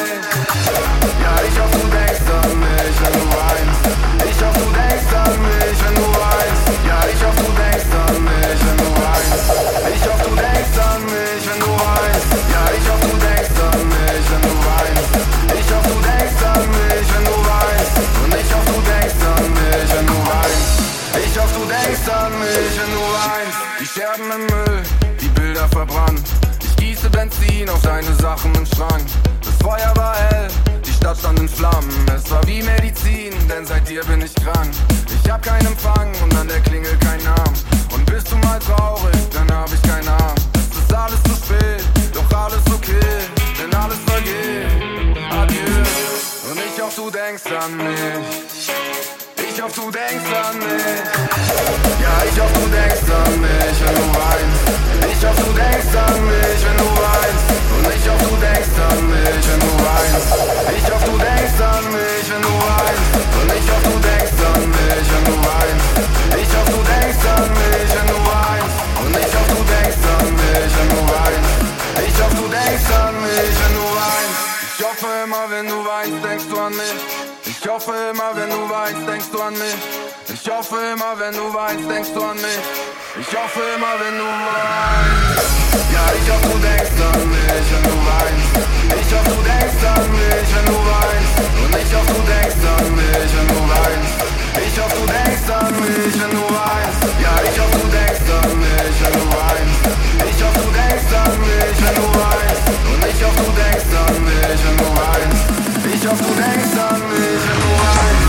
Ja, ich hoffe, du denkst an mich, wenn du weinst. Ich hoffe, du denkst an mich, wenn du weinst. Ja, ich hoffe, du denkst an mich, wenn du weinst. Ich hoffe, du denkst an mich, wenn du weinst. Ja, ich hoffe, du denkst an mich, wenn du weinst. Ich hoffe, du denkst an mich, wenn du weinst. Und ich hoffe, du denkst an mich, wenn du weinst. Ich hoffe, du denkst an mich, wenn du weinst. Die Scherben im Müll, die Bilder verbrannt. Gieße Benzin auf deine Sachen im Schrank. Das Feuer war hell, die Stadt stand in Flammen. Es war wie Medizin, denn seit dir bin ich krank. Ich hab keinen Empfang und an der Klingel kein Namen. Und bist du mal traurig, dann hab ich keinen Arm. Es ist alles zu spät, doch alles okay, denn alles vergeht. Adieu. Und ich hoffe, du denkst an mich. Ich hoffe, du denkst an mich. Ja, ich hoffe, du denkst an mich, wenn du weinst. Ich hoffe, du denkst an mich, wenn du weinst. Und ich hoffe, du denkst an mich, wenn du weinst. Ich hoffe, du denkst an mich, wenn du weinst. Und ich hoffe, du denkst an mich, wenn du weinst. Ich hoffe, du denkst an mich, wenn du weinst. Und ich hoffe, du denkst an mich, wenn du weinst. Ich hoffe, du denkst an mich, wenn du weinst. Ich hoffe immer, wenn du weinst, denkst du an mich. Ich hoffe immer, wenn du weinst, denkst du an mich. Ich hoffe immer, wenn du weinst, denkst du an mich. Ich hoffe immer, wenn du weinst. Ja, ich hoffe, du denkst an mich, wenn du weinst. Ich hoffe, du denkst an mich, wenn du weinst. Und ich hoffe, du denkst an mich, wenn du weinst. Ich hoffe, du denkst an mich, wenn du weinst. Ja, ich hoffe, du denkst an mich, wenn du weinst. Ich hoffe, du denkst an mich, wenn du weinst. Und ich hoffe, du denkst an mich, wenn du weinst. Ich hoffe, du denkst an mich, wenn du weinst.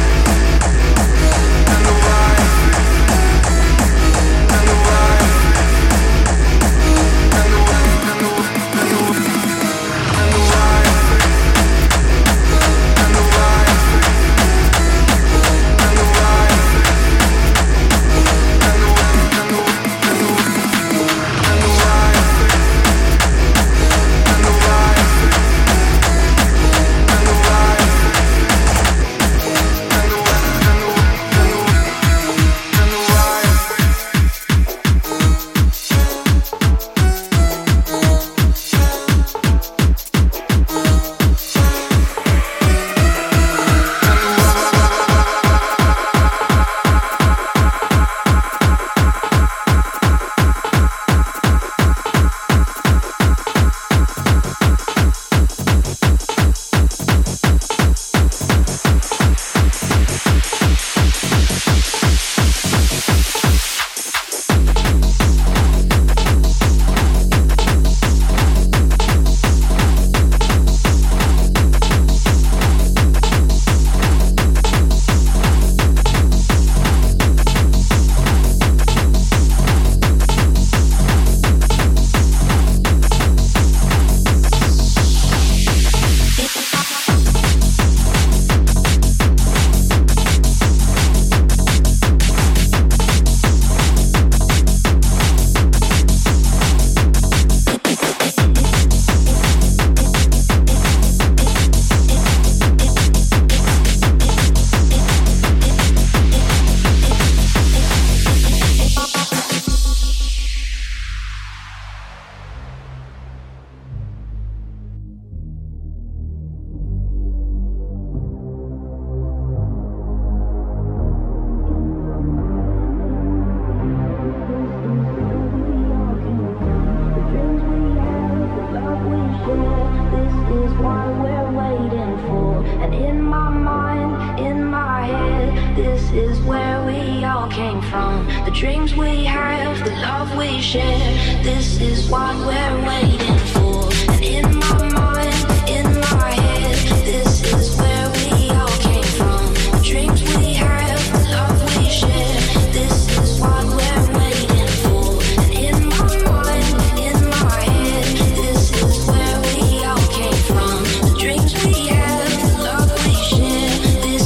Wenn du weinst. Wenn du weinst. Wenn du, wenn du, wenn du, wenn du weinst. Wenn du weinst. Wenn du weinst. Wenn du, wenn du, wenn du, wenn du weinst. Wenn du weinst. Wenn du weinst. Wenn du, wenn du, wenn du, wenn du weinst. This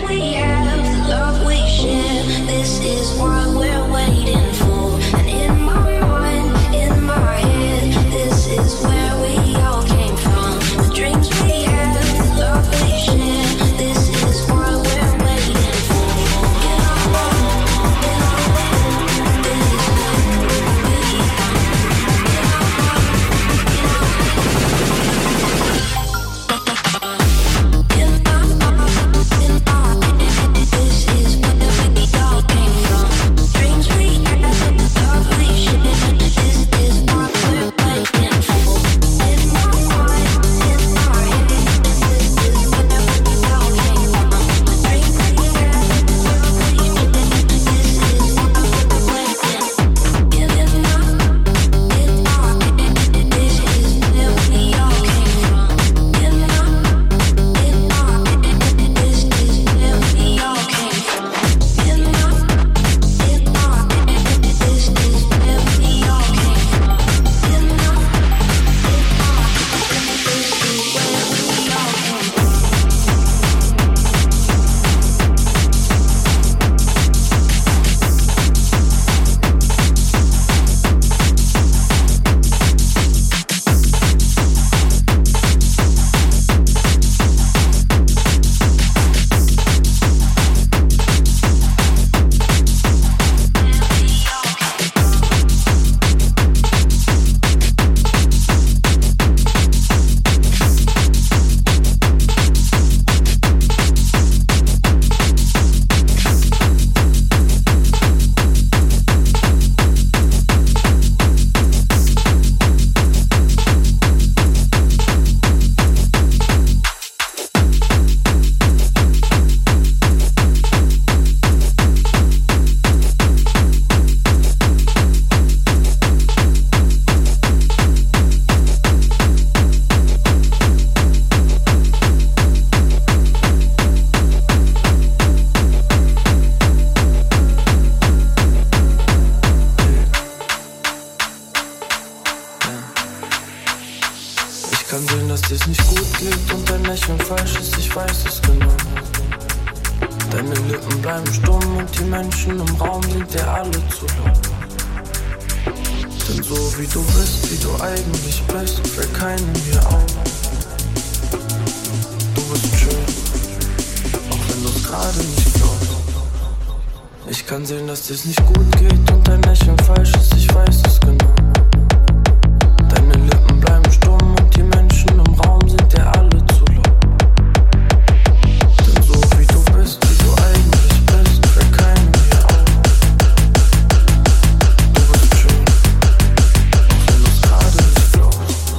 Es nicht gut geht und dein Lächeln falsch ist, ich weiß es genau. Deine Lippen bleiben stumm und die Menschen im Raum sind dir alle zu laut. Denn so wie du bist, wie du eigentlich bist, fällt keinem hier auf. Du bist schön, auch wenn du's gerade nicht glaubst.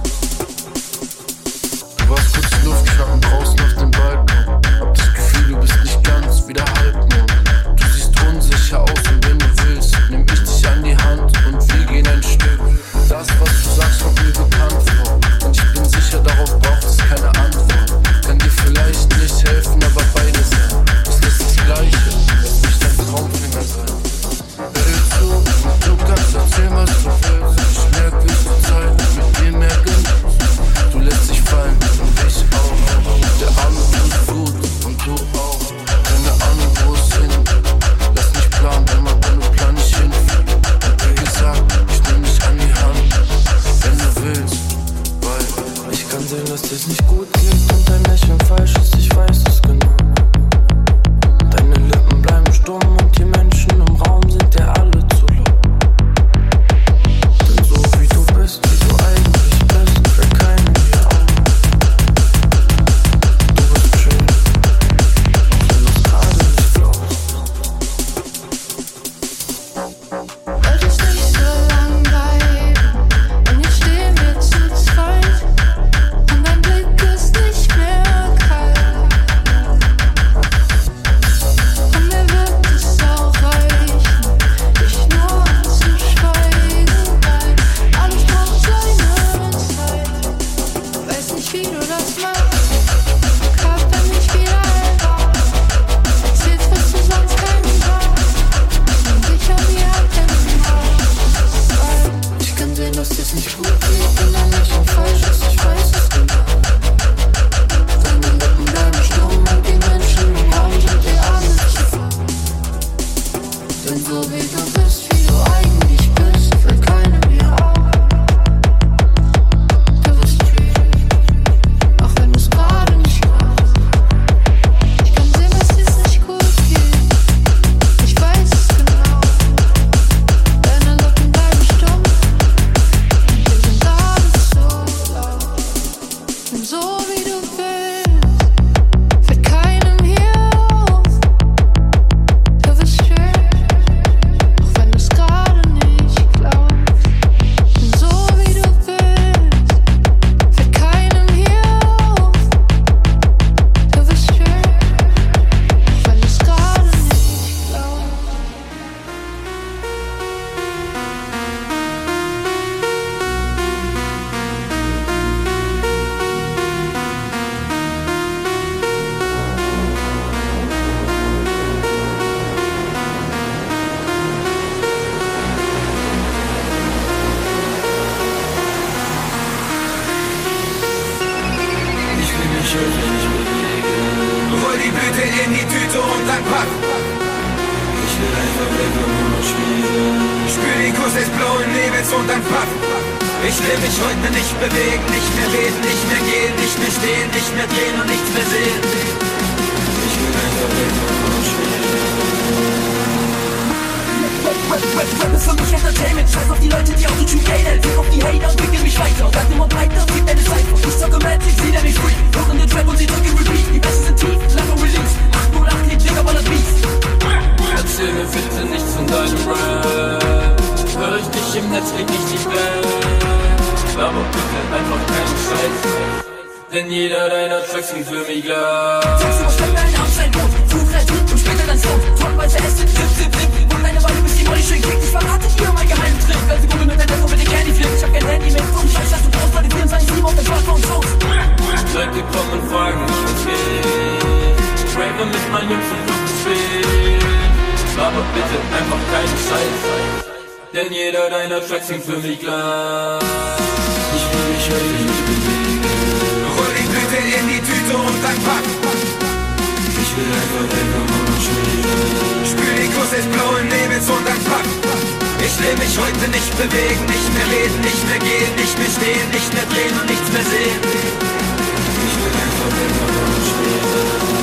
Du warst kurz Luft, ich war draußen auf dem Balkon. Hab das Gefühl, du bist nicht ganz wie der Halbmond. Unsicher aus und wenn du willst, nimm ich dich an die Hand und wir gehen ein Stück. Das, was du sagst, kommt mir bekannt vor. Und ich bin sicher, darauf braucht es keine Antwort. Kann dir vielleicht nicht helfen, aber beide sein. Das ist das Gleiche, lass mich dein Traumfinger sein. Hör zu, du kannst erzählen, was du willst. Ich merk, wie du Zeit mit dir mehr genießt. Du lässt dich fallen und ich auch. Der Arme tut gut und du auch. Keine Ahnung, wo es hingeht. Wenn man ohne Plan nicht hinfällt. Wie gesagt, ich nehm dich an die Hand, wenn du willst, weil ich kann sehen, dass es nicht gut geht und dein Lächeln falsch ist, ich weiß es genau. Deine Lippen bleiben stumm und die Menschen im Raum sind dir alle zu laut. Denn so wie du bist, wie du eigentlich bist, fällt keinem hier auf. Du bist schön, auch wenn du's gerade nicht glaubst. Deine Lippen bleiben stumm und die Menschen im Raum sind so wie du bist, fällt keinem hier auf. Du bist schön, auch wenn du's gerade nicht glaubst. So wie du bist, fällt keinem hier auf. Du bist schön, auch wenn du's gerade nicht glaubst. Ich will mich heute nicht bewegen. Hol die Blüte in die Tüte und dann pack. Ich will einfach weg und nur noch spielen. Spür den Kuss des blauen Nebels und dann pack. Ich will mich heute nicht bewegen, nicht mehr reden, nicht mehr gehen, nicht mehr stehen, nicht mehr drehen und nichts mehr sehen. Ich will einfach weg und nur noch spielen. Rap ist für mich Entertainment. Scheiß auf die Leute, die Autotune haten. Fick auf die Hater und wickel mich weiter. Sag immer weiter, es gibt eine Zeit. Ich zocke Magic, sie nenn mich free. Hören den Trap und sie drücken Repeat. Die Besten sind tief, lange Release. acht null acht, Lied, Digga, Ballert Beats. Erzähl mir bitte nichts von deinem Rap. Hör ich dich im Netz, leg ich dich weg. Aber bitte einfach keinen Scheiß. Denn jeder deiner Tracks klingt für mich gleich. Tracks überschreiben deinen Arm, sein Brot. Fruchtreich und später dein Sound. Tonnenweise Essen, Zip, Zip, Zip. Und deine Weile bis die Money schön kickt. Ich verrate dir mein Geheimtrick. Also google mit deinem Telefon mit den Candy Flip. Ich hab kein Handy mit so einem Scheiß, dass du brauchst, weil die vierundzwanzig sieben auf dein Smartphone schaust. Leute kommen und fragen mich, was geht. Rave mit meinen Jungs und Luft spielen. Aber bitte einfach keinen Scheiß. Denn jeder deiner Tracks klingt für mich gleich. Ich will mich heute nicht bewegen. Hol die Blüte in die Tüte und dann pack. Ich will einfach weg und nur noch spielen. Spür den Kuss des blauen Nebels und dann pack. Ich will mich heute nicht bewegen, nicht mehr reden, nicht mehr gehen, nicht mehr stehen, nicht mehr drehen und nichts mehr sehen. Ich will einfach weg und nur noch spielen.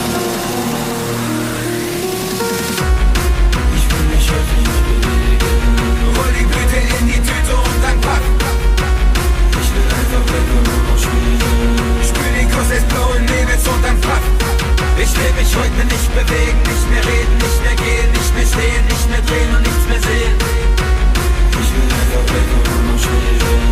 Ich will mich heute nicht bewegen. Hol die Blüte in die Tüte und dann pack. Ich will einfach weg und nur noch spielen. Spür den Kuss des blauen Nebels und dann pack. Ich will mich heute nicht bewegen, nicht mehr reden, nicht mehr gehen, nicht mehr stehen, nicht mehr drehen und nichts mehr sehen. Ich will einfach weg und nur noch spielen.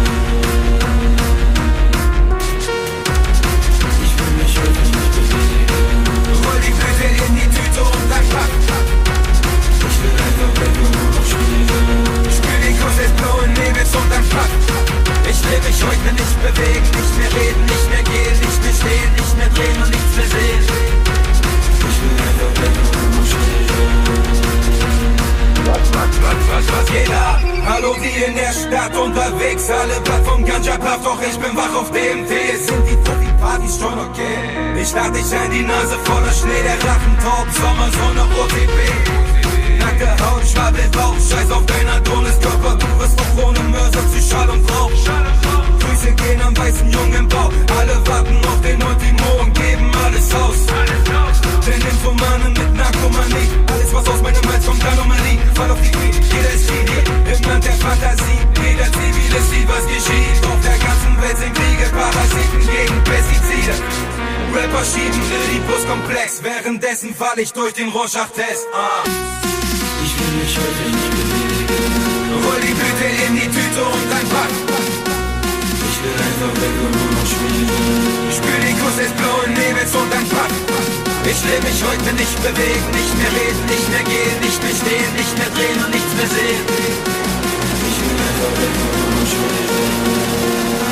Ich will mich heute nicht bewegen. Hol die Blüte in die Tüte und dann pack. Ich will einfach weg und nur noch spielen. Spür den Kuss des blauen Nebels und dann pack. Ich will mich heute nicht bewegen, nicht mehr reden, nicht mehr gehen, nicht mehr stehen, nicht mehr drehen und nichts mehr sehen. Ich will einfach weg und nur noch spielen. Was, was, was, was, was geht ab? Hallo, die in der Stadt unterwegs, alle platt vom Ganja-Puff, doch ich bin wach auf dem Tee. Sind die Profi-Partys schon okay? Ich lade dich ein, die Nase voller Schnee, der Rachen taub, Sommersonne, O T P. Nackte Haut, Schwabbelbauch, scheiß auf dein Adonis-Körper, du wirst doch ohne Mörser zu Schall und Rauch. Grüße gehen am weißen Jungen im Bau, alle warten auf den Ultimo und geben alles aus. Den Infomanen mit Narkomanie, alles was aus meinem Hals kommt, Anomalie. Fall auf die Knie, jeder ist Genie, im Land der Fantasie. Jeder Zivil sieht, was geschieht. Auf der ganzen Welt sind Kriege, Parasiten gegen Pestizide. Rapper schieben Oedipus-Komplex, währenddessen fall ich durch den Rorschach-Test. Ah. Ich will mich heute nicht bewegen. Hol die Blüte in die Tüte und dann pack. Ich will einfach weg und nur noch spielen. Spür den Kuss des blauen Nebels und dann pack. Ich will mich heute nicht bewegen, nicht mehr reden, nicht mehr gehen, nicht mehr stehen, nicht mehr drehen und nichts mehr sehen. Ich will einfach weg und nur noch spielen.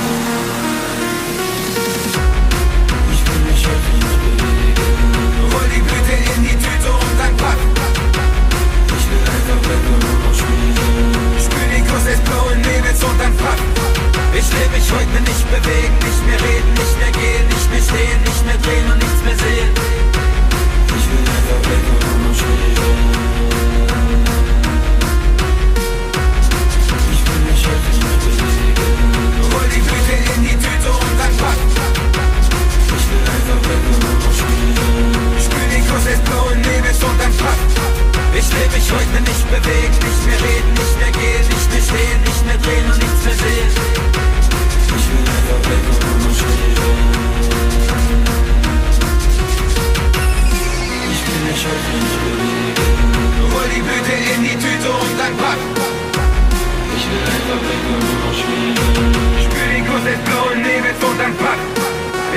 Ich will mich heute nicht bewegen. Hol die Blüte in die Tüte und dann pack. Ich will einfach weg und nur noch spielen. Spür den Kuss des blauen Nebels und dann pack. Ich will mich heute nicht bewegen, nicht mehr reden, nicht mehr gehen, nicht mehr stehen, nicht mehr drehen und nichts mehr sehen. Ich will einfach weg und nur noch spielen. Ich will mich heute nicht bewegen.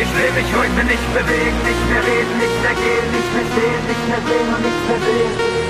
Ich will mich heute nicht bewegen, nicht mehr reden, nicht mehr gehen, nicht mehr sehen, nicht mehr sehen und nicht mehr sehen.